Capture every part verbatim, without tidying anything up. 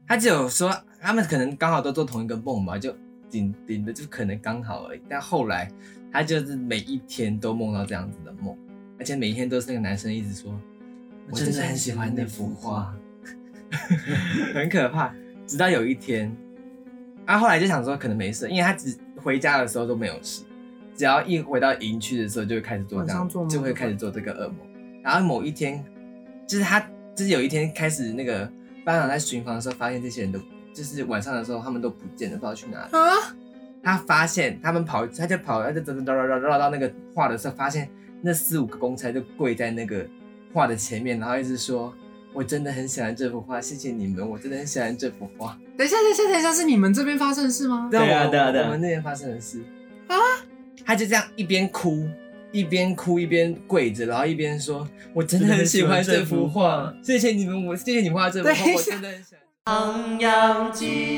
他只有说他们可能刚好都做同一个梦吧，就顶顶的就可能刚好而已。但后来他就是每一天都梦到这样子的梦，而且每一天都是那个男生一直说：“我真的很喜欢那幅画。”很可怕。直到有一天，啊，后来就想说可能没事，因为他只回家的时候都没有事，只要一回到营区的时候就会开始做这样，就会开始做这个噩梦。然后某一天，就是他就是有一天开始那个。班长在巡房的时候，发现这些人都就是晚上的时候，他们都不见了，不知道去哪里。啊！他发现他们跑，他就跑，他就走走绕绕绕到那个画的时候，发现那四五个公差就跪在那个画的前面，然后一直说：“我真的很喜欢这幅画，谢谢你们，我真的很喜欢这幅画。” 等一下，等一下，等一下，是你们这边发生的事吗？ 对啊，对啊，对啊，我们那边发生的事啊！他就这样一边哭。一边哭一边跪着，然后一边说：“我真的很喜欢这幅画，谢谢你们，我谢谢你们画这幅画，我真的很喜欢。”唐扬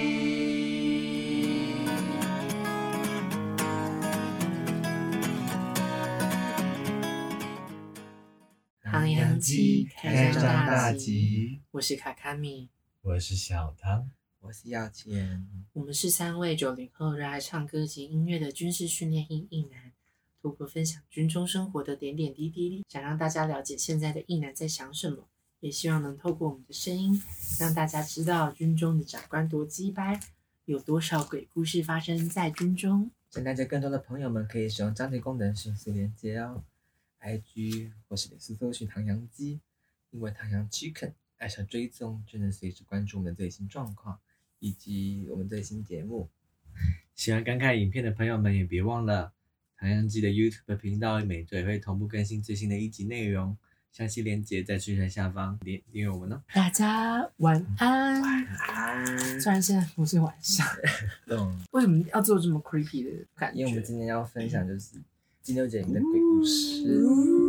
鸡， 唐扬鸡开张大吉， 我是卡卡米， 我是小汤， 我是耀谦， 我们是三位九零后热爱唱歌及音乐的军事训练役役男。透过分享军中生活的点点滴滴，想让大家了解现在的役男在想什么，也希望能透过我们的声音，让大家知道军中的长官多鸡掰，有多少鬼故事发生在军中。 请大家更多的朋友们可以使用张贴功能迅速连接哦 ，I G 或是脸书搜寻唐扬鸡，因为唐扬 Chicken 爱上追踪，就能随时关注我们的最新状况以及我们最新节目。 喜欢观看影片的朋友们也别忘了。唐扬鸡的 YouTube 频道每周也会同步更新最新的一集内容，详细连结在资讯下方，订阅我们哦。 大家晚安。 晚安。 虽然现在不是晚上，为什么要做这么 creepy 的感觉？ 因为我们今天要分享就是金牛姐里面的鬼故事，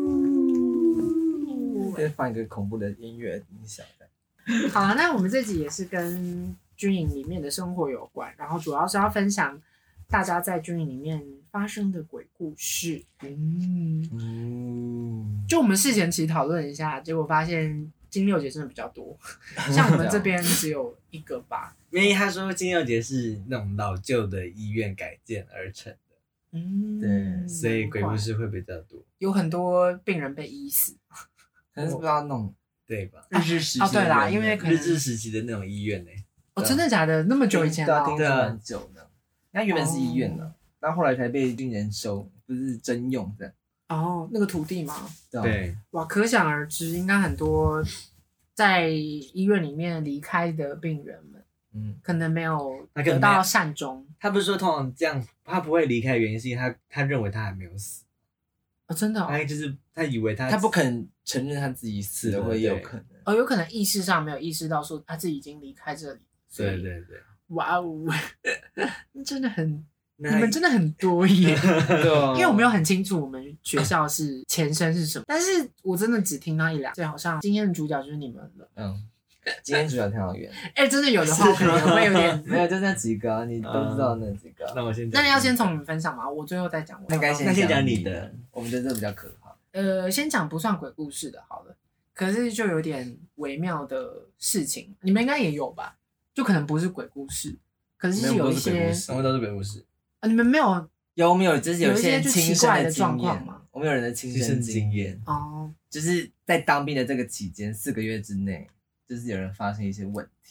会放一个恐怖的音乐音效的。 好了，那我们这集也是跟军营里面的生活有关，然后主要是要分享大家在军营里面发生的鬼故事。嗯，嗯就我们事前其实讨论一下，结果发现金六节真的比较多，像我们这边只有一个吧。 因为他说金六节是那种老旧的医院改建而成的， 嗯， 对，所以鬼故事会比较多， 有很多病人被医死， 可能是不知道那种对吧？ 日治时期哦，对啦，因为可能日治时期的那种医院呢、欸， 哦，真的假的？那么久以前了？ 对啊，蛮久的。那原本是医院的，但、哦、后来才被军人收，不是征用的。 哦，那个土地吗？ 对， 哇，可想而知，应该很多在医院里面离开的病人们，嗯，可能没有得到善终。 他不是说通常这样，他不会离开的原因是因为他他认为他还没有死。 哦，真的、哦？ 他就是他以为他他不肯承认他自己死了，会有可能。 哦，有可能意识上没有意识到说他自己已经离开这里。 对对对。 哇哦，真的很，你们真的很多耶。 对啊， 因为我没有很清楚我们学校是前身是什么，但是我真的只听到一两，所以好像今天的主角就是你们了。 嗯，今天主角太好远。 哎、欸，真的有的话，可能会有点没有，就那几个、啊，你都知道那几个、啊嗯。那我先讲， 那要先从你们分享吗？我最后再讲。 那该先讲你的， 我们的这个比较可怕。 呃，先讲不算鬼故事的，好了。可是就有点微妙的事情，你们应该也有吧？就可能不是鬼故事，可是有一些， 我们都是鬼故事啊。你们没有？ 有没有？就是有些奇怪的状况吗？ 我们有人的亲身经验哦， 就是在当兵的这个期间，四个月之内，就是有人发生一些问题，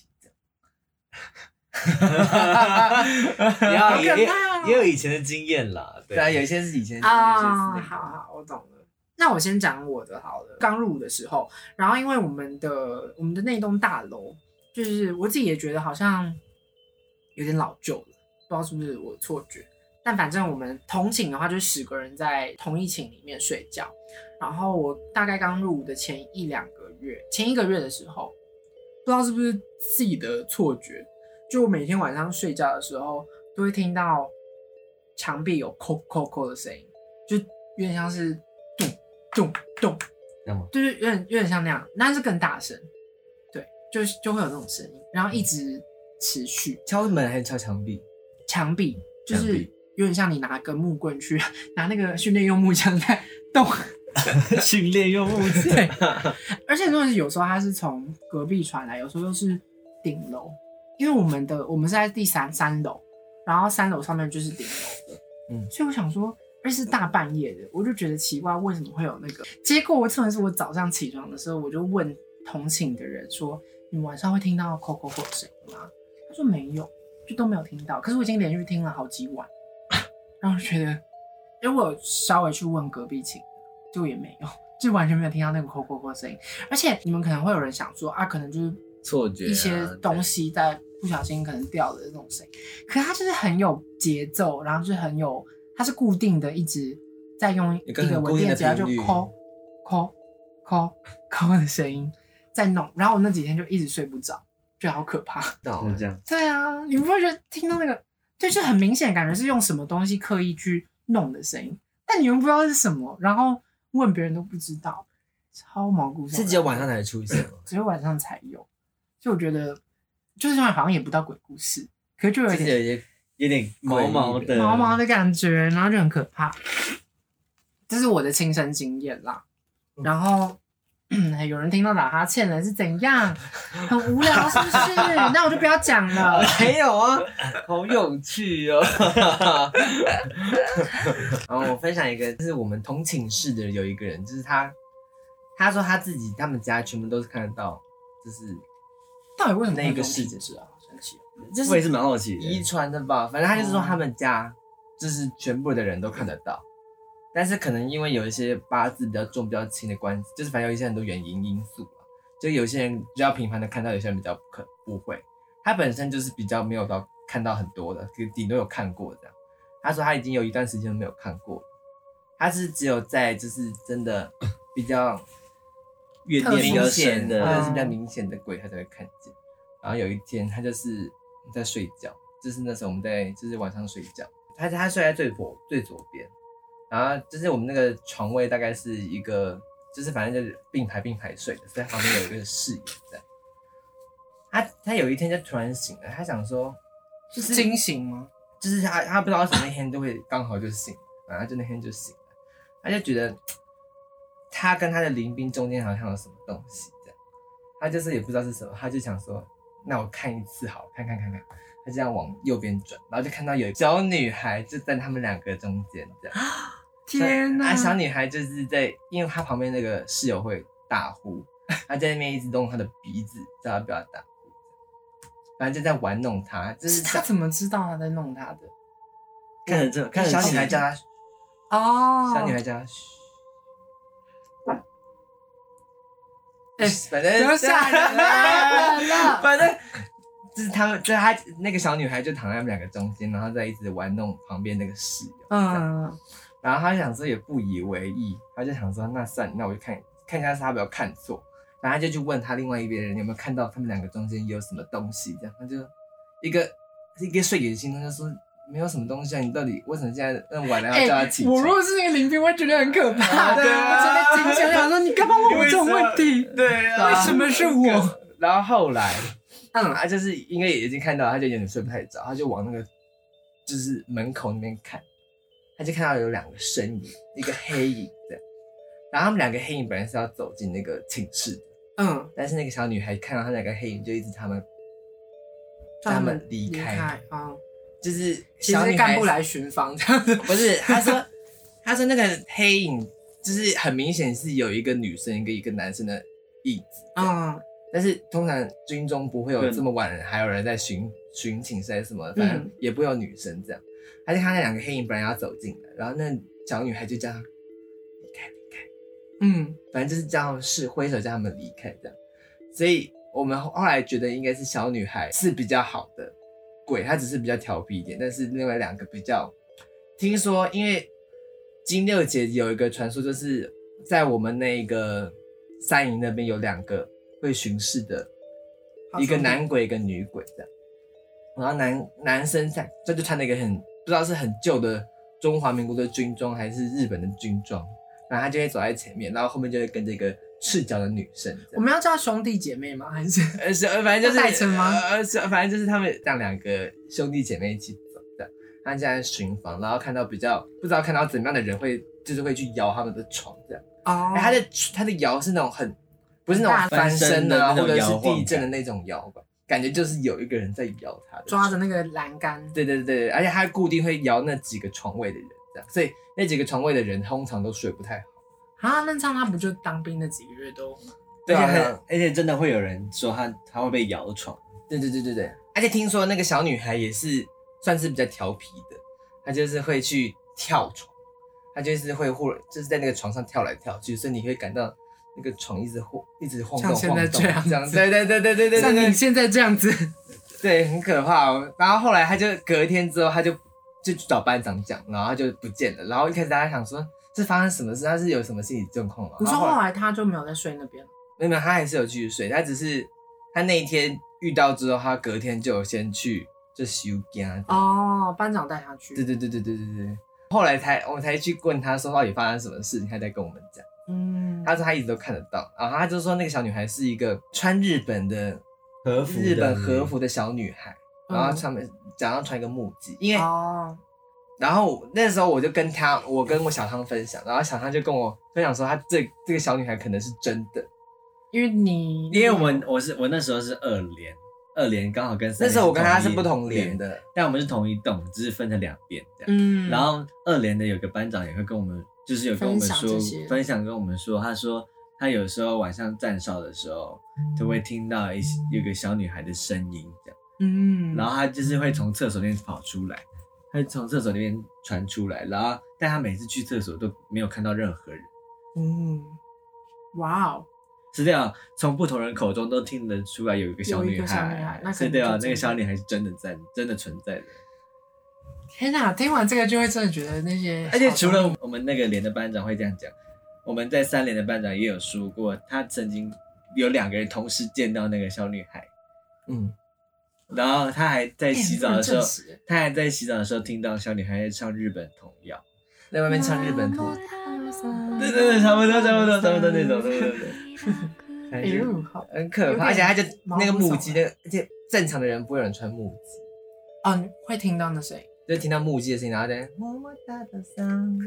这样。也也也有以前的经验啦， 对啊，有一些是以前的啊。好好，我懂了。那我先讲我的好了。刚入伍的时候，然后因为我们的我们的那栋大楼，就是我自己也觉得好像有点老旧了，不知道是不是我的错觉。但反正我们同寝的话，就是十个人在同一寝里面睡觉。然后我大概刚入伍的前一两个月，前一个月的时候，不知道是不是自己的错觉，就我每天晚上睡觉的时候，都会听到墙壁有扣扣扣的声音，就有点像是咚咚咚，就是有点有点像那样，但是更大声，对，就就会有那种声音，然后一直持续。 敲门还是敲墙壁？ 墙壁，就是有点像你拿个木棍去拿那个训练用木枪在动。 训练用木对，而且真的是有时候它是从隔壁传来，有时候又是顶楼， 因为我们的我们是在第三三楼，然后三楼上面就是顶楼的，嗯，所以我想说，而且是大半夜的，我就觉得奇怪，为什么会有那个？结果我真的是我早上起床的时候，我就问同寝的人说：“你们晚上会听到扣扣扣的声音吗？”他说没有，就都没有听到。可是我已经连续听了好几晚，然后就觉得，因为我有稍微去问隔壁寝的，就也没有，就完全没有听到那个扣扣扣的声音。而且你们可能会有人想说啊，可能就是错觉、啊， 一些东西在不小心可能掉的那种声音，可是它就是很有节奏，然后就是很有，它是固定的，一直在用一个稳定的节奏就扣扣扣扣的声音在弄，然后我那几天就一直睡不着，觉得好可怕。 就是这样。 对啊，你不会觉得听到那个，就是很明显感觉是用什么东西刻意去弄的声音，但你们不知道是什么，然后问别人都不知道，超毛骨悚然。 是只有晚上才出现吗？ 只有晚上才有，所以我觉得就是好像也不到鬼故事，可是就有点有点有点毛毛的毛毛的感觉，然后就很可怕。这是我的亲身经验啦。然后有人听到打哈欠了是怎样？很无聊是不是？那我就不要讲了。 没有啊，好有趣哦。然后我分享一个，就是我们同寝室的有一个人，就是他，他说他自己他们家全部都是看得到，就是到底为什么那个世界是啊？好神奇。 就是我也是蛮好奇的， 遗传的吧。反正他就是说他们家就是全部的人都看得到。但是可能因为有一些八字比较重、比较轻的关系，就是反正有一些很多原因因素啊，就有些人比较频繁的看到，有些人比较不可不会。他本身就是比较没有到看到很多的，顶多有看过这样。他说他已经有一段时间都没有看过了，他是只有在就是真的比较越念比较深的， 或者是比较明显的鬼，他才会看见。然后有一天他就是在睡觉，就是那时候我们在就是晚上睡觉，他他睡在最左最左边。然后就是我们那个床位大概是一个，就是反正就是并排并排睡的，所以旁边有一个室友这样。他他有一天就突然醒了，他想说，就是惊醒吗？ 就是他他不知道为什么那天就会刚好就醒了，然后就那天就醒了，他就觉得他跟他的邻兵中间好像有什么东西这样，他就是也不知道是什么，他就想说，那我看一次好，看看看看。他这样往右边转，然后就看到有小女孩就在他们两个中间这样。 天哪！ 啊，小女孩就是在，因为她旁边那个室友会打呼，她在那边一直动她的鼻子，叫她不要打呼。反正就在玩弄她，就是他怎么知道他在弄他的？ 看着这，看着小女孩叫她哦， 小女孩叫她嘘。 哎、 欸，反正不要吓人了， 反正。就是他们，就是他那个小女孩就躺在他们两个中间，然后再一直玩弄旁边那个室友。嗯，然后他想说也不以为意，他就想说那算了，那我就看看一下他有没有看错。然后他就去问他另外一边的人有没有看到他们两个中间有什么东西，这样他就一个一个睡眼惺忪就说没有什么东西啊，你到底为什么现在那么晚了要叫他起床？ 欸、我如果是那个邻居，我会觉得很可怕。对啊，我直接惊醒，想说你干嘛问我这种问题？ 对啊， 为什么是我？ 然后后来。嗯，他就是因为已经看到，他就有点睡不太着，他就往那个就是门口那边看，他就看到有两个身影，一个黑影这样。然后他们两个黑影本来是要走进那个寝室的，嗯，但是那个小女孩看到他两个黑影，就一直他们叫他们离开啊、嗯，就是小女孩干部来巡房这样子， 不是？他说他说那个黑影就是很明显是有一个女生跟一个男生的影子，嗯。但是通常军中不会有这么晚还有人在巡巡寝室还是什么，反正也不会有女生这样。他就看那两个黑影本来要走进来，然后那小女孩就叫他离开离开，嗯，反正就是叫他们是挥手叫他们离开这样。所以我们后来觉得应该是小女孩是比较好的鬼，她只是比较调皮一点，但是另外两个比较，听说因为金六节有一个传说，就是在我们那个三营那边有两个。会巡视的一个男鬼一个女鬼这样，然后男男生在这就穿了一个很不知道是很旧的中华民国的军装还是日本的军装，然后他就会走在前面，然后后面就会跟着一个赤脚的女生。 我们要叫兄弟姐妹吗？还是呃是反正就是代称吗？ 呃是反正就是他们让两个兄弟姐妹一起走的。他现在巡房，然后看到比较不知道看到怎么样的人会就是会去摇他们的床这样。哦，欸、他的他的摇是那种很。不是那种翻身的、啊，或者是地震的那种摇吧， 感觉就是有一个人在摇他的抓着那个栏杆。 对对对对，而且他固定会摇那几个床位的人，这样，所以那几个床位的人通常都睡不太好。 啊，那这样他不就当兵那几个月都？ 对啊， 而且而且真的会有人说他他会被摇床。 对对对对对，而且听说那个小女孩也是算是比较调皮的，她就是会去跳床，她就是会忽然就是在那个床上跳来跳去，所以你会感到那个床一直晃一直晃动像现在晃动这样子这样，对对对对对对像对， 你现在这样子， 对，很可怕哦。然后后来他就隔一天之后，他就就去找班长讲，然后他就不见了。然后一开始大家想说是发生什么事，他是有什么心理状况吗？ 你说然后后来他就没有在睡那边了？ 没有没有，他还是有继续睡，他只是他那一天遇到之后，他隔天就有先去就休假。 哦，班长带他去。 对对对对对对对。后来才我才去问他说到底发生什么事，他才跟我们讲。 嗯， 他说他一直都看得到，然后他就说那个小女孩是一个穿日本的和服的日本和服的小女孩， 嗯然后上面假装穿一个木屐，因为、 哦， 然后那时候我就跟他，我跟我小汤分享，然后小汤就跟我分享说，他这这个小女孩可能是真的， 因为你因为我们我是我那时候是二连，二连刚好跟三连那时候我跟他是同一不同连的， 但我们是同一栋，只是分成两边这样。 嗯， 然后二连的有个班长也会跟我们，就是有跟我们分享说这些分享跟我们说，他说他有时候晚上站哨的时候，就会听到一有个小女孩的声音这样， 嗯， 然后他就是会从厕所那边跑出来，他从厕所那边传出来，然后但他每次去厕所都没有看到任何人， 嗯，哇哦， 是这样，从不同人口中都听得出来有一个小女有一个小女孩孩， 那可能是对啊， 就真的那个小女孩是真的在，真的存在的。 天哪！听完这个就会真的觉得那些， 而且除了我们那个连的班长会这样讲，我们在三连的班长也有说过，他曾经有两个人同时见到那个小女孩， 嗯， 然后他还在洗澡的时候， 哎很正式他还在洗澡的时候听到小女孩在唱日本童谣， 在外面唱日本歌， 对对对，差不多差不多差不多那种，对对对。 哎呦，好很可怕，而有点且他就毛那个骨悚然木屐，那个而且正常的人不会有人穿木屐， 哦，你会听到那声音， 就听到木屐的声音，然后在么么哒的声，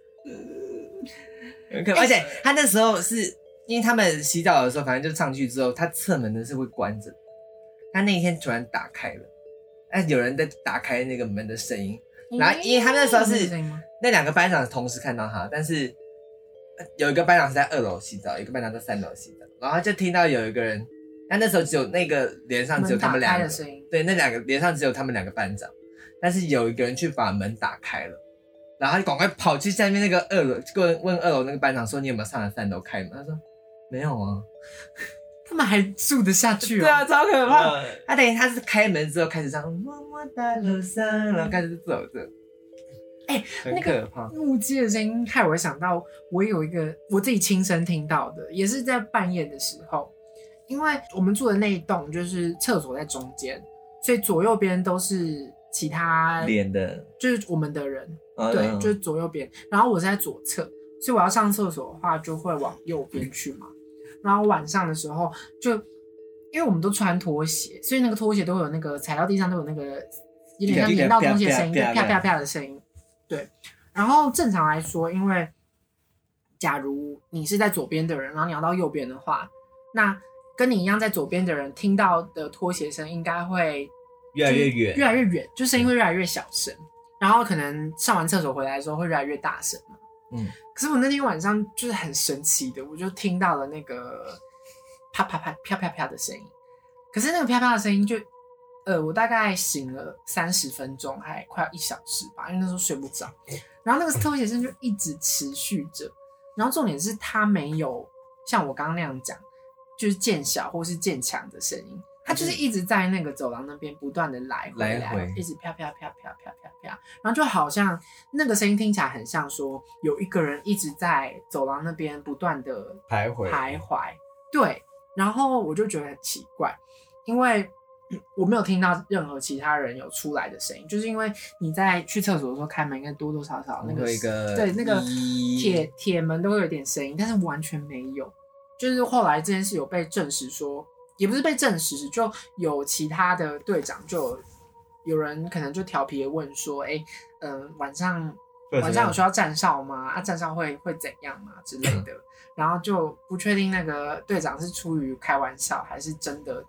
很可怕。而且他那时候是因为他们洗澡的时候，反正就上去之后，他侧门的是会关着，他那一天突然打开了，哎，有人在打开那个门的声音，然后因为他那时候是有声音吗？ 那两个班长同时看到他，但是有一个班长是在二楼洗澡，有一个班长在三楼洗澡，然后他就听到有一个人，但那时候只有那个连上只有他们两个门打开的声音， 对，那两个连上只有他们两个班长，但是有一个人去把门打开了，然后他就赶快跑去下面那个二楼，问问二楼那个班长说你有没有上来三楼开门？他说没有啊。 他们还住得下去哦？ 对啊，超可怕。 呃他等于他是开门之后开始唱么么哒路上，然后开始走着。 哎、 很那个可怕。 木屐的声音害我想到，我有一个我自己亲身听到的，也是在半夜的时候，因为我们住的那一栋就是厕所在中间，所以左右边都是其他连的， 就是我们的人， 嗯对，就是左右边。然后我是在左侧，所以我要上厕所的话就会往右边去嘛。然后晚上的时候就因为我们都穿拖鞋，所以那个拖鞋都会有那个踩到地上都有那个有点像粘到东西的声音，就啪啪啪的声音。对，然后正常来说，因为假如你是在左边的人，然后你要到右边的话，那跟你一样在左边的人听到的拖鞋声应该会越来越远， 越来越远，就声音会越来越小声，然后可能上完厕所回来的时候会越来越大声嘛。 嗯， 可是我那天晚上就是很神奇的，我就听到了那个啪啪啪啪啪啪的声音，可是那个啪啪的声音就。呃，我大概醒了三十分钟，还快要一小时吧，因为那时候睡不着。然后那个拖鞋声就一直持续着，然后重点是它没有像我刚刚那样讲，就是渐小或是渐强的声音，它就是一直在那个走廊那边不断的来回来回， 一直啪啪啪啪啪啪啪，然后就好像那个声音听起来很像说有一个人一直在走廊那边不断的徘徊徘徊，对，然后我就觉得很奇怪，因为。我没有听到任何其他人有出来的声音，就是因为你在去厕所的时候开门，应该多多少少那个一个对那个铁铁门都会有点声音，但是完全没有。就是后来这件事有被证实说，也不是被证实，就有其他的队长就有有人可能就调皮的问说，哎、欸，嗯、呃，晚上晚上有需要站哨吗？啊，站哨会会怎样吗之类的？然后就不确定那个队长是出于开玩笑还是真的。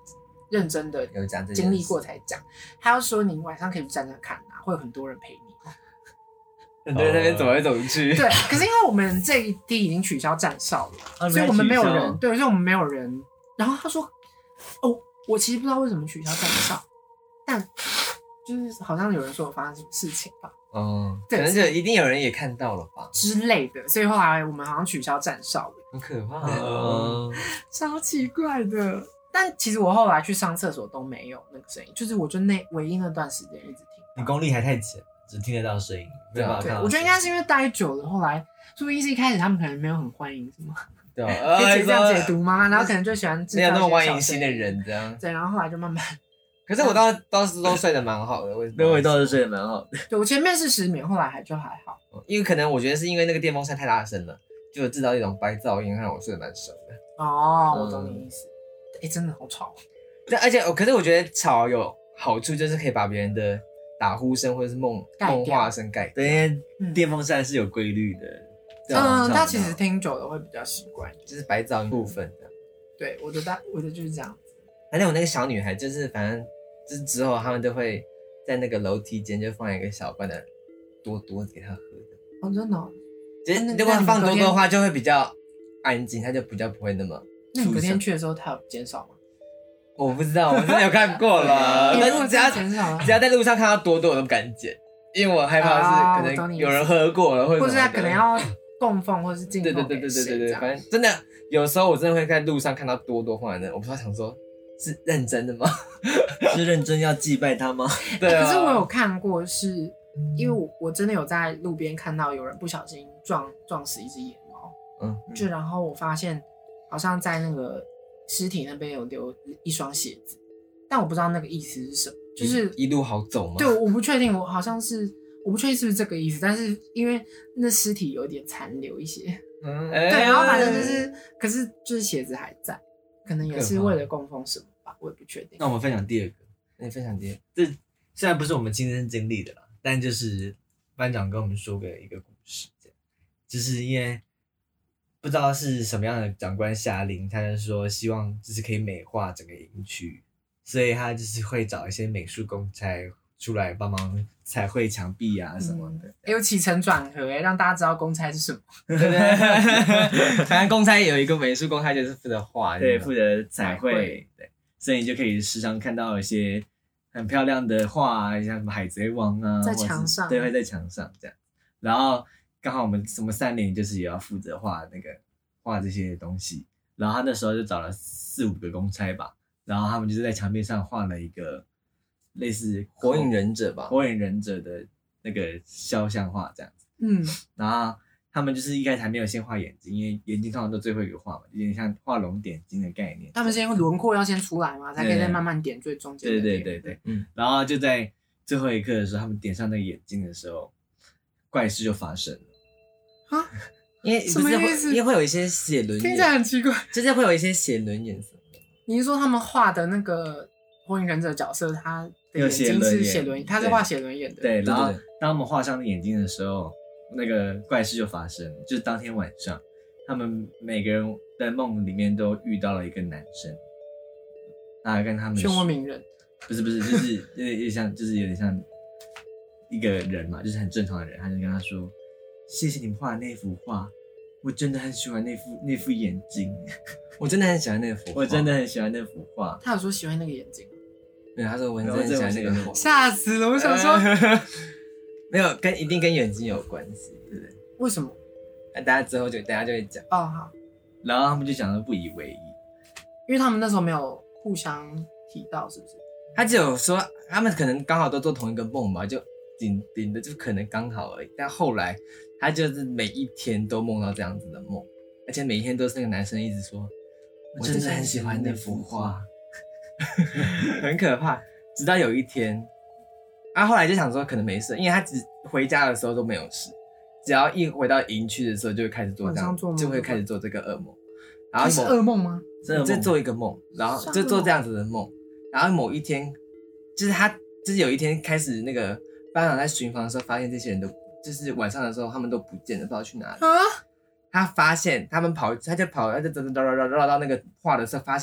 认真的有讲这件事经历过才讲。他要说你晚上可以去站站看啊，会有很多人陪你。 很多人在那边走来走去。 对，可是因为我们这一批已经取消站哨了， 啊所以我们没有人， 你们还取消对，所以我们没有人。然后他说：“哦，我其实不知道为什么取消站哨，但就是好像有人说有发生什么事情吧。” 哦， 对可能就一定有人也看到了吧之类的，所以后来我们好像取消站哨了， 很可怕哦哦。 超奇怪的。但其实我后来去上厕所都没有那个声音，就是我就那唯一那段时间一直听到。 你功力还太浅，只听得到声音，没办法对， 看到我觉得应声该是因为待久了，后来说不定是一开始他们可能没有很欢迎什么， 对啊， 可以这样解呃读吗？然后可能就喜欢制造没有那么一些小欢迎新的声音， 人这样。 对，然后后来就慢慢， 可是我倒倒是都睡得蛮好的，为什么？ 那味道是睡得蛮好的。 对我前面是失眠，后来还就还好。 因为可能我觉得是因为那个电风扇太大声了，就制造一种白噪音，让我睡得蛮熟的。 哦，我嗯懂你意思。哎，真的好吵。 对，而且可是我觉得吵有好处，就是可以把别人的打呼声或者是梦盖掉梦话声盖掉。 对，因为嗯电风扇是有规律的。对啊嗯，他其实听久了会比较习惯。 就是白噪音部分的。 对，我的大我的就是这样子。 反正我那个小女孩就是，反正就是之后他们都会在那个楼梯间就放一个小罐的多多给她喝的。 哦，真的哦。 就是那如果放多多的那话，就会比较安静，她就比较不会那么那你隔天出声。 去的时候，他有减少吗？ 我不知道，我真的有看过了。 你如果但是只要减少了只要在路上看到多多，我都不敢捡，因为我害怕哦是可我懂你意思能有人喝过了，或者或是他什么的可能要供奉，或者是进对对奉给对对对对对， 谁这样反正真的有时候我真的会在路上看到多多放在那，我不知道想说是认真的吗？ 是认真要祭拜他吗？ 对啊。 可是我有看过是，因为我我真的有在路边看到有人不小心撞撞死一只野猫， 嗯， 就然后我发现好像在那个尸体那边有留一双鞋子，但我不知道那个意思是什么，就是一路好走吗？ 对，我不确定，我好像是我不确定是不是这个意思，但是因为那尸体有点残留一些， 嗯， 对，然后反正就是，可是就是鞋子还在，可能也是为了供奉什么吧，我也不确定那。我们分享第二个， 你分享第二， 这虽然不是我们亲身经历的啦，但就是班长跟我们说个一个故事，这样，就是因为不知道是什么样的长官下令，他就说希望就是可以美化整个营区，所以他就是会找一些美术公差出来帮忙彩绘墙壁啊什么的。 有起承转合，哎，让大家知道公差是什么。 对对对，反正公差有一个美术公差就是负责画， 对，负责彩绘彩绘， 对，所以你就可以时常看到一些很漂亮的画啊，像什么海贼王啊， 在或者是墙上对，会在墙上这样。然后刚好我们什么三年就是也要负责画那个画这些东西，然后他那时候就找了四五个公差吧，然后他们就是在墙壁上画了一个类似火影忍者吧， 火影忍者的那个肖像画这样子。 嗯， 然后他们就是一开始还没有先画眼睛，因为眼睛通常都最后一个画嘛，有点像画龙点睛的概念。 他们先轮廓要先出来嘛，才可以再慢慢点最中间的对点。 对对对， 嗯， 然后就在最后一刻的时候，他们点上那个眼睛的时候，怪事就发生了。 啊， 因为什不是会么意思因为会有一些血轮听起来眼， 很奇怪。 就是会有一些血轮眼什么的。 你是说他们画的那个火影忍者角色，他的有眼睛血轮眼是血轮，他是对画血轮眼的。 对，然后对对当他们画上眼睛的时候，那个怪事就发生了，就是当天晚上，他们每个人在梦里面都遇到了一个男生，他跟他们漩涡鸣人。 不是不是，就是有点有点像，就是有点像一个人嘛，就是很正常的人，他就跟他说：“谢谢你们画的那幅画，我真的很喜欢那副那副眼睛， 我真的很喜欢那个幅画， 我真的很喜欢那幅画。 他有说喜欢那个眼睛， 对，他说我真的很喜欢那个画， 吓死了！我想说， 没有跟一定跟眼睛有关系，对不对？ 为什么？ 那大家之后就大家就会讲， 哦，好，” 然后他们就讲的不以为意， 因为他们那时候没有互相提到，是不是？ 他只有说他们可能刚好都做同一个梦吧，就顶顶的就可能刚好而已。但后来他就是每一天都梦到这样子的梦，而且每一天都是那个男生一直说，我真的很喜欢那幅画，很可怕。直到有一天，啊，后来就想说可能没事，因为他只回家的时候都没有事，只要一回到营区的时候就会开始做这样， 晚上做梦就会开始做这个噩梦。然后这是某噩梦吗？ 就这个梦做一个梦，然后是啊就做这样子的梦，然后某一天，就是他，就是有一天开始那个班长在巡房的时候，发现这些人都，就是晚上的时候他们都不见了，不知道去哪里。 啊， 他发现他们跑，他就跑，他就走走绕绕绕绕到那个画的时候，发现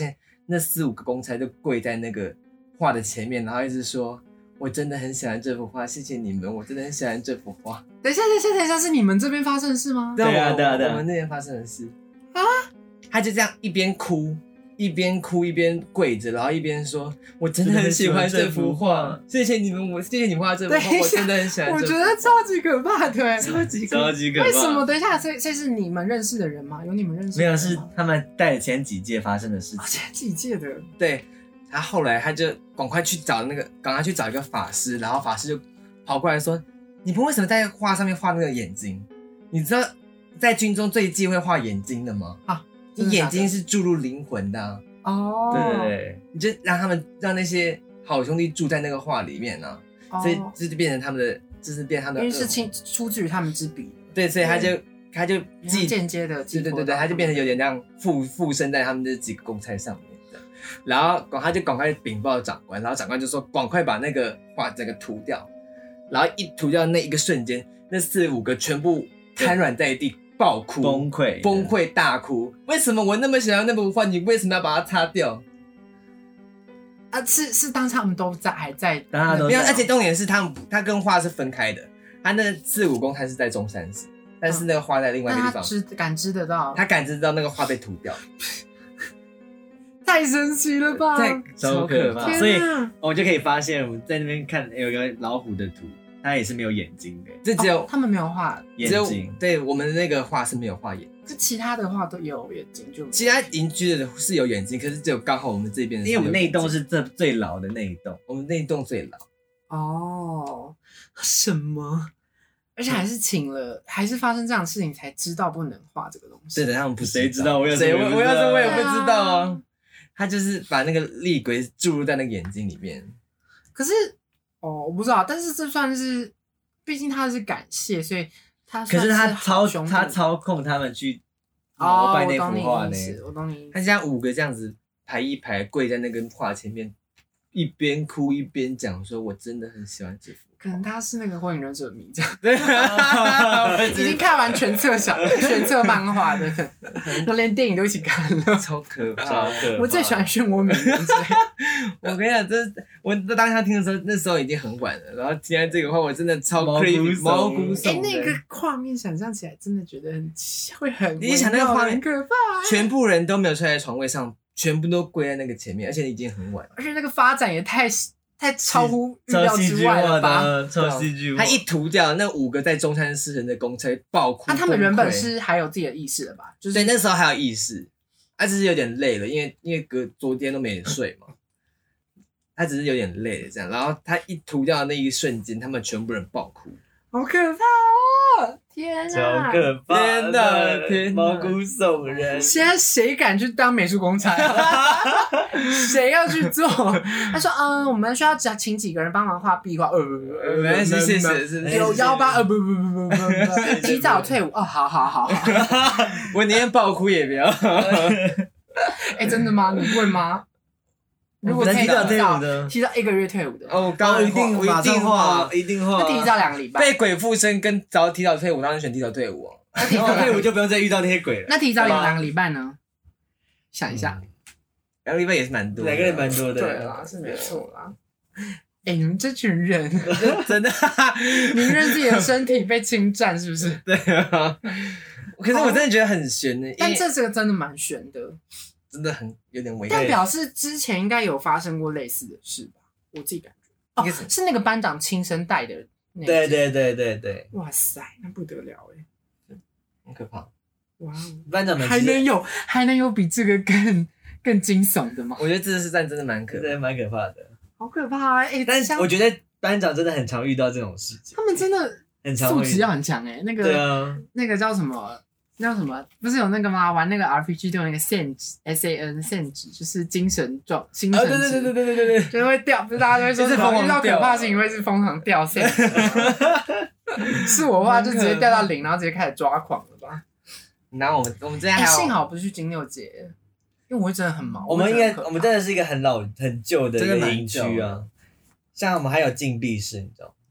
那四五个公差就跪在那个画的前面，然后一直说。我真的很喜欢这幅画，谢谢你们，我真的很喜欢这幅画。 等一下，等一下，等一下，是你们这边发生的事吗？ 对啊，对啊，对啊， 我们那边发生的事啊，他就这样一边哭，一边哭一边跪着，然后一边说：“我真的很喜欢这幅画，谢谢你们，我谢谢你们画这幅画，我真的很喜欢这幅画。”我觉得超级可怕的， 超级超级可怕。 为什么？等一下，这这是你们认识的人吗？有你们认识的人吗？ 没有，是他们带前几届发生的事情。 哦、前几届的， 对。他后来他就赶快去找那个，赶快去找一个法师，然后法师就跑过来说：“你们为什么在画上面画那个眼睛？你知道在军中最忌讳画眼睛的吗？啊，你眼睛是注入灵魂的、啊、 哦。 对对对，你就让他们让那些好兄弟住在那个画里面啊，哦、所以这就变成他们的，就是变成他们的， 因为是出出自于他们之笔。 对，所以他就他就既间接的， 对对对对，他就变成有点这样附附身在他们这几个公差上面。”然后他就赶快禀报长官，然后长官就说：“赶快把那个画整个涂掉。”然后一涂掉那一个瞬间，那四五个全部瘫软在地，爆哭、 崩溃、 崩溃大哭。为什么我那么喜欢那幅画，你为什么要把它擦掉？ 啊，是是当时他们都在，还在， 大家都没有，而且重点是他们他跟画是分开的，他那四五公他是在中山市，但是那个画在另外一个地方， 他知感知得到， 他感知到那个画被涂掉。 太神奇了吧！ 太超可怕，所以我们就可以发现，我们在那边看有一个老虎的图，它也是没有眼睛的， 这只有、 哦、他们没有画眼睛。 对，我们的那个画是没有画眼睛， 这其他的画都有眼睛，就其他邻居的是有眼睛，可是只有刚好我们这边的是有眼睛， 因为我们那一栋是这最老的那一栋， 我们那一栋最老。 哦，什么？而且还是请了，还是发生这样的事情才知道不能画这个东西。 对的，他们不谁知道？我有谁？我要是我也不知道啊。他就是把那个厉鬼注入在那个眼睛里面。 可是哦，我不知道，但是这算是，毕竟他是感谢，所以他可是他操他他操控他们去膜拜那幅画呢。 我懂你意思。 他现在五个这样子排一排跪在那根画前面，一边哭一边讲说：“我真的很喜欢这幅。” 可能他是那个《火影忍者》迷，这样对， 已经看完全册小全册漫画的，然后连电影都一起看了， 超可怕！ 超可怕！ 我最喜欢漩涡鸣人。 我跟你讲，这我在当下听的时候，那时候已经很晚了。然后听到这个话，我真的超 creepy， 毛骨悚然。 哎，那个画面想象起来，真的觉得很会很， 你想那个画面很可怕， 全部人都没有睡在床位上，全部都跪在那个前面，而且已经很晚， 而且那个发展也太。太超乎预料之外了吧！ 超戏剧化， 他一涂掉那五个在中山市人的公车爆哭。 那、啊、他们原本是还有自己的意识的吧？就是对，那时候还有意识，他只是有点累了，因为因为隔昨天都没睡嘛，他只是有点累了这样。然后他一涂掉的那一瞬间，他们全部人爆哭， 好可怕哦！天哪，超可怕！ 天哪，天哪， 毛骨悚然。 现在谁敢去当美术工差？谁要去做？他说：“嗯，我们需要请几个人帮忙画壁画。”呃， 没关系，谢谢。 有幺八呃不不不不不不，提早退伍哦，好好好。 我宁愿爆哭也不要。 哎，真的吗？你会吗？如果提早退伍的，提早一个月退伍的， 哦，刚一定我一定画， 一定画。 那提早两个礼拜， 被鬼附身跟早提早退伍，当然选提早退伍哦。 那提早退伍就不用再遇到那些鬼了。 那提早有两个礼拜呢？想一下， 两个礼拜也是蛮多， 两个人蛮多的， 对啦，是没错啦。哎，你们这群人真的， 明认自己的身体被侵占，是不是？ 对啊。可是我真的觉得很悬的， 但这个真的蛮悬的。 真的很有点危险， 但表示之前应该有发生过类似的事吧？我自己感觉哦，是那个班长亲身带的那。 对对对对对， 哇塞，那不得了哎， 很可怕。 哇， 班长们还能有还能有比这个更更惊悚的吗？ 我觉得这次战真的蛮可怕， 真的蛮可怕的， 好可怕哎！欸、 但我觉得班长真的很常遇到这种事情， 他们真的很常素质要很强哎，那个对啊， 那个叫什么？那叫什么？不是有那个吗？玩那个 R P G 都有那个 San S A N San 值，就是精神状、精神值， 对对对对对对对， 就是会掉，不是大家都会说，遇到可怕事情会是疯狂掉 San 值。是我的话就直接掉到零，然后直接开始抓狂了吧？ 然后我们我们这样还有， 幸好不是去金六节，因为我会真的很忙。 我们应该，我们真的是一个很老很旧的一个营区啊，像我们还有禁闭室，你知道吗？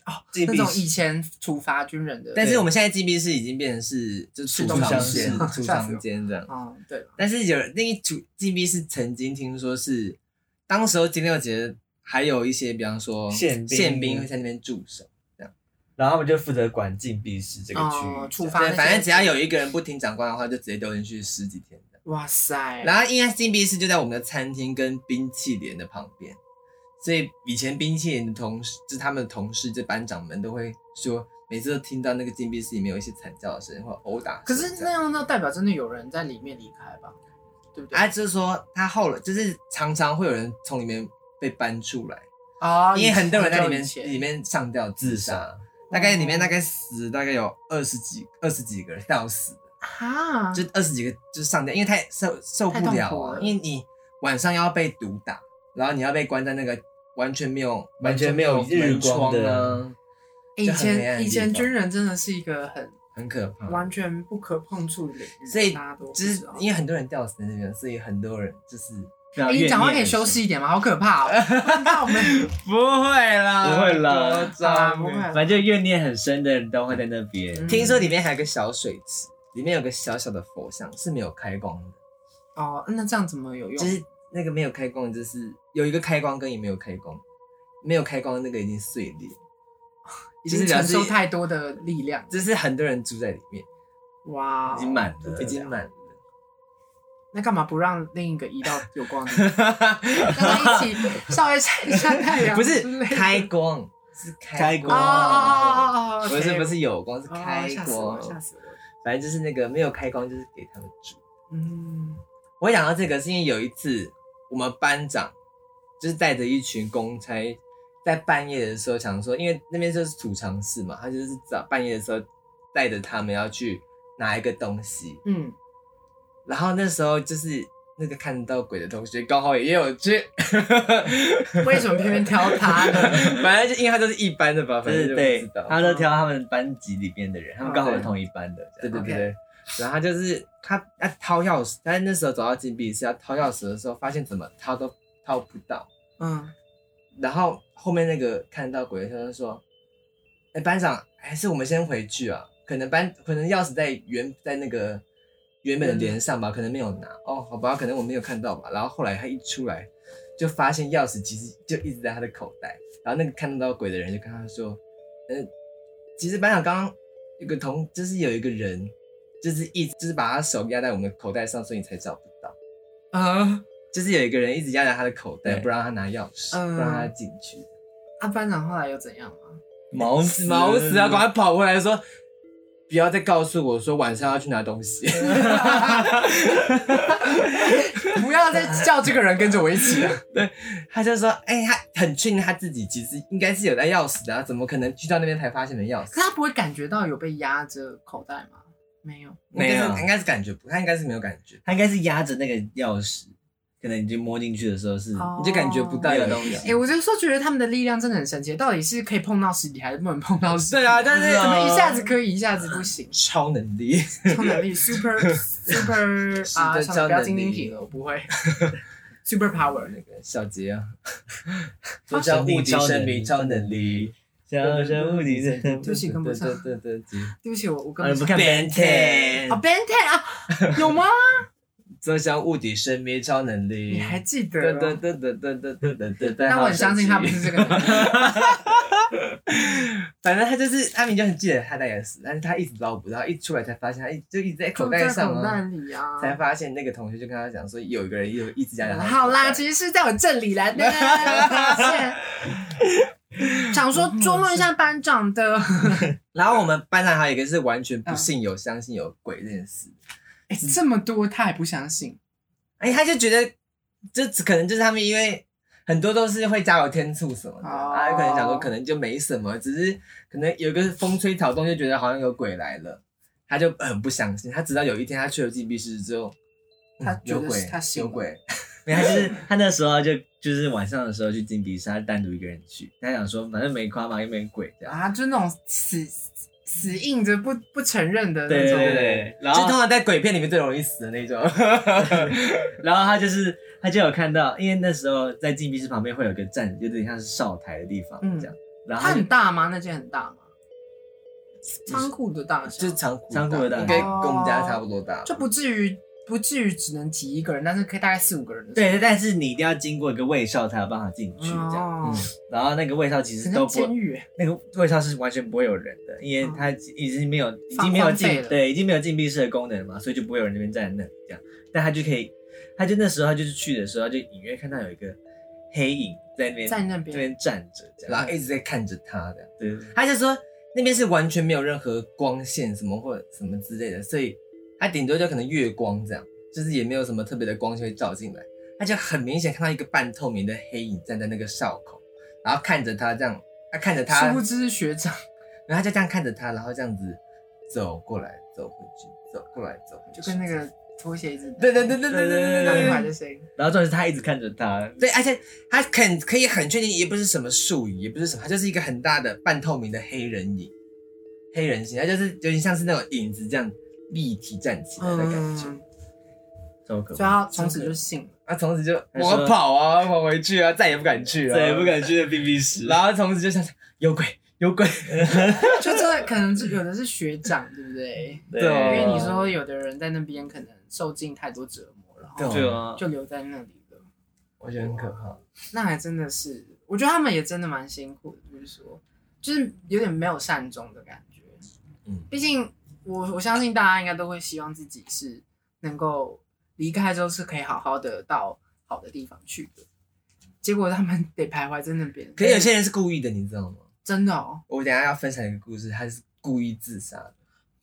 哦， 禁闭室那种以前处罚军人的， 但是我们现在禁闭室已经变成是就储藏间、 是储藏间这样。 哦，对了。 但是有那一储禁闭室曾经听说是，当时候金六节还有一些，比方说宪兵宪兵会在那边驻守，这样。 然后他们就负责管禁闭室这个区域， 哦处罚对，反正只要有一个人不听长官的话，就直接丢进去十几天的。 哇塞！ 然后因为禁闭室就在我们的餐厅跟冰淇淋的旁边，所以以前冰淇淋的同事，就是他们的同事，就班长们都会说，每次都听到那个禁闭室里面有一些惨叫声或殴打声。 可是那样那代表真的有人在里面离开吧？对不对？ 啊，就是说他后来就是常常会有人从里面被搬出来， 哦， 因为很多人在里面以前里面上吊自杀， 哦大概里面大概死大概有二十几二十几个人吊死的。 啊， 就二十几个就是上吊，因为太受受不太痛了啊， 苦了因为你晚上要被毒打，然后你要被关在那个完全没有完全没有日光的啊， 以就很黑暗的地方前以前军人真的是一个很很可怕。 完全不可碰触的领域， 所以大家都就是知道因为很多人吊死在那边，所以很多人就是哎你讲话可以修饰一点吗？好可怕哦！那我们不会啦， 不会啦多张啊不会啦反正怨念很深的人都会在那边。 嗯听说里面还有个小水池，里面有个小小的佛像是没有开光的， 哦，那这样怎么有用？ 就是那个没有开光的，就是有一个开光跟也没有开光，没有开光的那个已经碎裂， 已经就是表示承受太多的力量， 就是很多人住在里面， 哇， 已经满了已经满了。 那干嘛不让另一个移到有光的地方，让他一起稍微晒一下太阳不之类的？ 是开光，是开哦光， 哦哦哦， 不是不是是有光，是开吓死我， 光。 吓死我！ 反正就是那个没有开光，就是给他们住。 嗯， 我会讲到这个，是因为有一次我们班长就是带着一群公差，在半夜的时候想说，因为那边就是储藏室嘛，他就是早半夜的时候带着他们要去拿一个东西， 嗯， 然后那时候就是那个看到鬼的同学刚好也有去， 为什么偏偏挑他呢？ 反正就因为他都是一般的吧，反正就不对对知道，， 他们都挑他们班级里面的人，他们刚好是同一班的。 对对对 OK 对，然后他就是他要掏钥匙，他那时候走到禁闭室要掏钥匙的时候，发现怎么掏都掏不到， 嗯， 然后后面那个看到鬼的时候就说：“哎、班长，还是我们先回去啊，可能班可能钥匙在原在那个原本的帘上吧，可能没有拿哦，好吧，可能我没有看到吧。”然后后来他一出来，就发现钥匙其实就一直在他的口袋，然后那个看到鬼的人就跟他说：“嗯，其实班长刚刚有个同，就是有一个人，就是一直就是把他手压在我们的口袋上，所以你才找不到。 啊， 就是有一个人一直压在他的口袋， 对不让他拿钥匙， 嗯不让他进去。 啊，班长后来又怎样啊？ 毛死毛死啊！赶快跑回来说，不要再告诉我说晚上要去拿东西。 不要再叫这个人跟着我一起了。 对，他就说，哎、他很确定他自己其实应该是有带钥匙的、啊，怎么可能去到那边才发现没钥匙？ 可是他不会感觉到有被压着口袋吗？没有， 应该没有是应该是感觉不，他应该是没有感觉， 他应该是压着那个钥匙，可能你就摸进去的时候是， 哦你就感觉不到有东西。 哎、我就说觉得他们的力量真的很神奇，到底是可以碰到实体还是不能碰到实体？ 对啊，但是怎么一下子可以，一下子不行？ 超能力， 超能力 super super 啊， 是的算了不要超能力精精品了，我不会。super power 那个小杰啊， 说叫无敌超能力生命超能力， 小生物体的， 对不起跟不上对对对对， 对不起，我我刚啊你不看 Ben Ten 啊 Ben Ten 啊，有吗？ 这项无敌生命超能力， 你还记得对哦？ 对对对对对对对对， 但我很相信他不是这个能力。 反正他就是他明明就很记得他带钥匙，但是他一直捞不到，一出来才发现他一就一直在口袋上就在口袋啊， 里啊。 才发现那个同学就跟他讲说有一个人有一直加在他的口袋。 好啦，其实是在我这里来的，发现。想说捉弄一下班长的， 然后我们班上还有一个是完全不信有相信有鬼这件事， 哎、这么多他还不相信， 哎、他就觉得这可能就是他们因为很多都是会加油添醋什么的， 哦他、可能想说可能就没什么，只是可能有一个风吹草动就觉得好像有鬼来了，他就很不相信。他直到有一天他去了禁闭室之后，嗯他觉得有鬼， 他信了有鬼， 没有，他就是他那时候就就是晚上的时候去禁闭室，他单独一个人去，他想说反正没夸嘛，又没鬼这样。 啊，就那种死死硬着不不承认的那对种， 对对，然后就通常在鬼片里面最容易死的那种。 然后他就是他就有看到，因为那时候在禁闭室旁边会有个站，有点像是哨台的地方嗯这样。 然后它很大吗？那间很大吗？仓库的大小， 就是仓库仓库的大小应该跟我们家差不多大， 就不至于不至于只能挤一个人，但是可以大概四五个人的。 对，但是你一定要经过一个卫哨才有办法进去，这样。 哦嗯，然后那个卫哨其实很都不， 像监狱， 那个卫哨是完全不会有人的，因为它已经没有，已经没有荒废了禁，对，已经没有禁闭室的功能了嘛，所以就不会有人那边站在那里这样。但他就可以，他就那时候他就是去的时候，就隐约看到有一个黑影在那边， 在那边这边站着，这样， 然后一直在看着他的。 对对对， 他就说那边是完全没有任何光线什么或者什么之类的，所以他顶多就可能月光这样，就是也没有什么特别的光线会照进来。他就很明显看到一个半透明的黑影站在那个哨口，然后看着他这样，他看着他， 殊不知是学长， 然后他就这样看着他，然后这样子走过来走回去，走过来走回去， 就跟那个拖鞋一直对对对对对对对那对对。 一排的声音。 然后重点是他一直看着他， 对，而且他肯可以很确定，也不是什么术语，也不是什么，他就是一个很大的半透明的黑人影，黑人形，他就是有点像是那种影子这样立体站起来的感觉。 嗯， 超可所以怕， 他从此就信了。 他从此就他说我跑啊，跑回去啊，再也不敢去了， 再也不敢去那冰冰室。 然后从此就想有鬼有鬼， 就这可能有的是学长，对不对？ 对啊因为你说有的人在那边可能受尽太多折磨，然后对啊， 就留在那里了。 我觉得很可怕。 那还真的是，我觉得他们也真的蛮辛苦的，就是说，就是有点没有善终的感觉。 嗯， 毕竟我我相信大家应该都会希望自己是能够离开之后是可以好好的到好的地方去的，结果他们得徘徊在那边。 可是有些人是故意的，你知道吗？ 真的哦， 我等一下要分享一个故事，他是故意自杀的。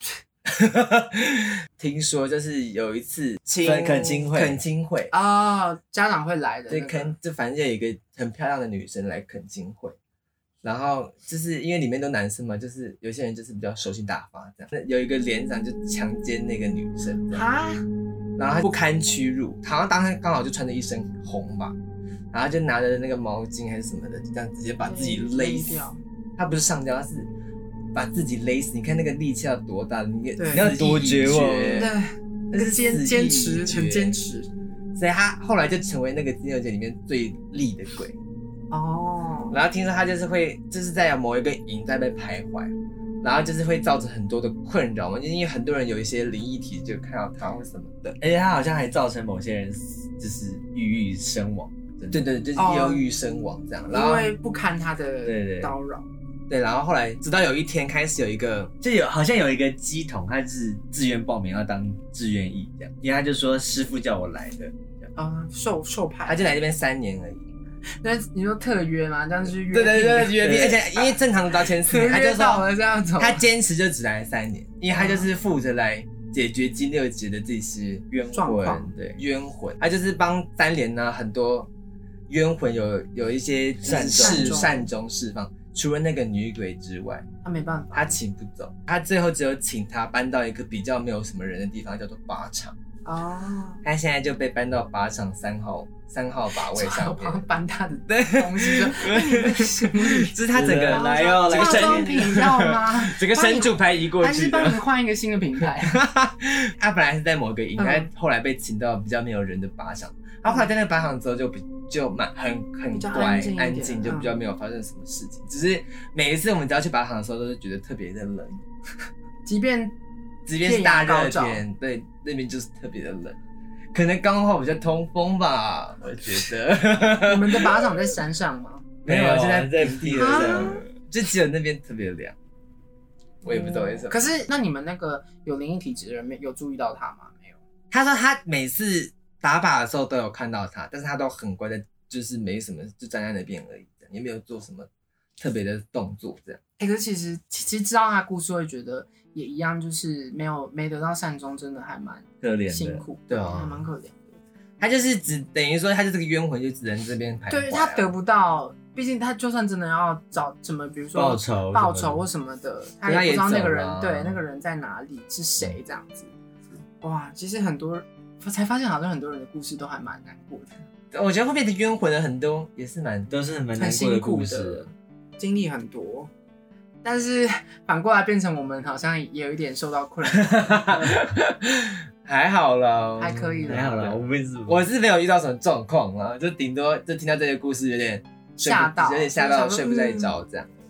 听说就是有一次亲恳亲会恳亲会哦，家长会来的、那对， 个， 恳就反正就有一个很漂亮的女生来恳亲会，然后就是因为里面都男生嘛，就是有些人就是比较手心大发这样。那有一个连长就强奸那个女生这样， 啊， 然后他不堪屈辱，好像当天刚好就穿着一身红吧，然后就拿着那个毛巾还是什么的，就这样直接把自己勒死。 掉。 他不是上吊，他是把自己勒死。你看那个力气要多大，你对你要多绝望对，那个那是坚死意坚持， 已决很坚持。 所以他后来就成为那个金牛节里面最厉的鬼。 哦， 然后听说他就是会，就是在某一个营在被徘徊，然后就是会造成很多的困扰嘛，因为很多人有一些灵异体就看到他或什么的。 而且他好像还造成某些人就是郁郁身亡。 对对，就是忧郁身亡这样。然后因为不堪他的对对叨扰。 对，然后后来直到有一天开始有一个， 就有好像有一个鸡童，他是自愿报名要当志愿役这样，因为他就说师傅叫我来的， 啊，受受他派， 就来这边三年而已。 那你说特约吗？这样是约对对对， 定约定， 对而且因为正常的都要签四的年，他就约到说了这样子， 他坚持就只来三年，因为他就是负责来解决金六节的这些冤魂状况， 对冤魂，他就是帮三连呢很多冤魂有有一些善终释善终释放。除了那个女鬼之外， 他没办法， 他请不走，他最后只有请他搬到一个比较没有什么人的地方，叫做靶场。 哦， 他现在就被搬到靶场三号三号靶位上面帮他，搬他的对东西，就行李这是他整个来哦来化整个妆品要吗？ 整个神主牌移过还是去的。 帮你换一个新的品牌？ 他本来是在某个营， 嗯他后来被请到比较没有人的靶场。他后来在那个靶场之后就比就蛮很很比较乖安静一点安静，就比较没有发生什么事情。只是每一次我们只要去靶场的时候，都是觉得特别的冷， 即便即便是大热艳阳高照天，对那边就是特别的冷。可能刚好比较通风吧，我觉得。 我们的靶场在山上吗？ 没有， 没有现在在平地啊了，这样就只有那边特别凉。我也不知道为什么。 可是那你们那个有灵异体质的人没有注意到他吗？没有。 他说他每次打靶的时候都有看到他，但是他都很乖的，就是没什么，就站在那边而已，也没有做什么特别的动作，这样。 哎、欸，可是其实其实知道他故事会觉得也一样，就是没有没得到善终，真的还蛮可怜的辛苦， 对啊还蛮可怜的。 他就是只等于说，他就这个冤魂就只能这边徘徊、啊。 对他得不到，毕竟他就算真的要找什么，比如说报仇报仇或什么的，他也不知道那个人对对那个人在哪里是谁这样子。哇，其实很多才发现，好像很多人的故事都还蛮难过的。 我觉得后面的冤魂的很多也是蛮都是很蛮难过很辛苦故事的，经历很多。但是反过来变成我们好像也有一点受到困扰， 还好啦， 还可以啦还好啦，我们是我是没有遇到什么状况啦，就顶多就听到这个故事有点睡不吓到有点吓到就想说睡不着觉这样。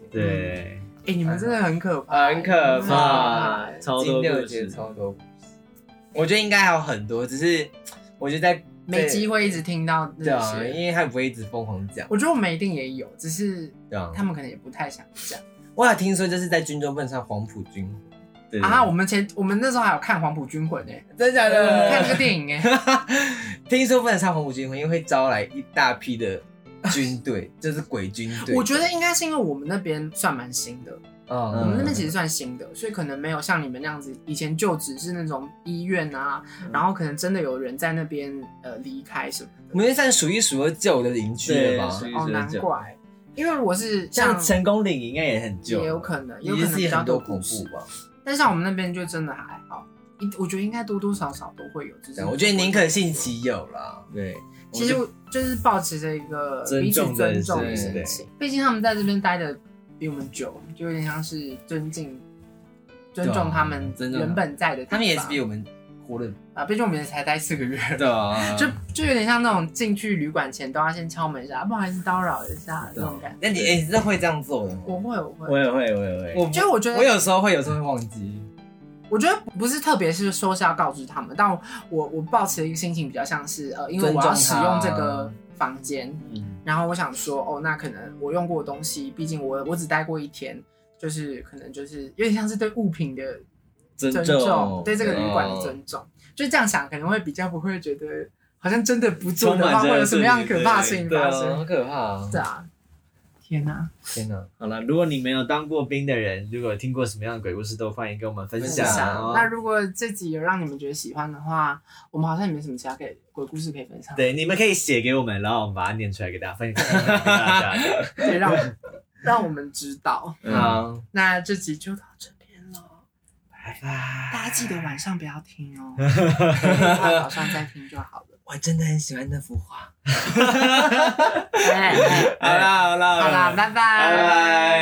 对， 哎、欸，你们真的很可怕， 很可怕， 嗯、 超多金六节超多故事。我觉得应该还有很多，只是我觉得在没机会一直听到那些， 对啊，因为他不会一直疯狂讲。 我觉得我们一定也有，只是对啊， 他们可能也不太想讲。 我有听说就是在军中不能唱黄埔军魂。 对啊，我们前我们那时候还有看黄埔军魂呢、欸， 真的假的？ 我们看这个电影哎、 欸，听说不能唱黄埔军魂，因为会招来一大批的军队，就是鬼军队。 我觉得应该是因为我们那边算蛮新的。 嗯， 我们那边其实算新的，所以可能没有像你们那样子，以前就只是那种医院啊，嗯、然后可能真的有人在那边呃离开什么的。 我们算数一数二旧的营区了吧？ 哦，难怪，因为我是像成功岭应该也很旧， 也有可能，有可能比较多恐怖吧。但像我们那边就真的还好，我觉得应该多多少少都会有这种。 我觉得宁可信其有啦。 对， 其实就是保持着一个彼此尊重的心情，毕竟他们在这边待的比我们久，就有点像是尊敬、尊重他们原本在的地方。 他们也是比我们活的啊，毕竟我们也才待四个月。 对啊， 就就有点像那种进去旅馆前都要先敲门一下，不好意思打扰一下那种感觉。 那你哎，你是会这样做的吗？ 我会，我会， 我也会，我也会。 我就我觉得我有时候会，有时候会忘记。 我觉得不是特别是说是要告知他们，但我我我抱持的一个心情比较像是呃，因为我要使用这个房间，嗯，然后我想说哦，那可能我用过的东西，毕竟我我只待过一天，就是可能就是有点像是对物品的尊重，尊重对这个旅馆的尊重，哦、就这样想可能会比较不会觉得好像真的不做的话会有什么样可怕的事情发生， 好可怕啊！ 对啊。天哪、啊， 天哪！ 好了，如果你没有当过兵的人，如果有听过什么样的鬼故事，都欢迎跟我们分享。哦、 那如果这集有让你们觉得喜欢的话，我们好像也没什么其他可以鬼故事可以分享。 对，你们可以写给我们，然后我们把它念出来给大家分享给大家。 对，让让我们知道。 好、 嗯，那这集就到这边了， 拜拜。 大家记得晚上不要听哦，早上再听就好了。 我真的很喜欢那幅画。 哎哎， 好啦好啦好啦，拜拜。 拜拜。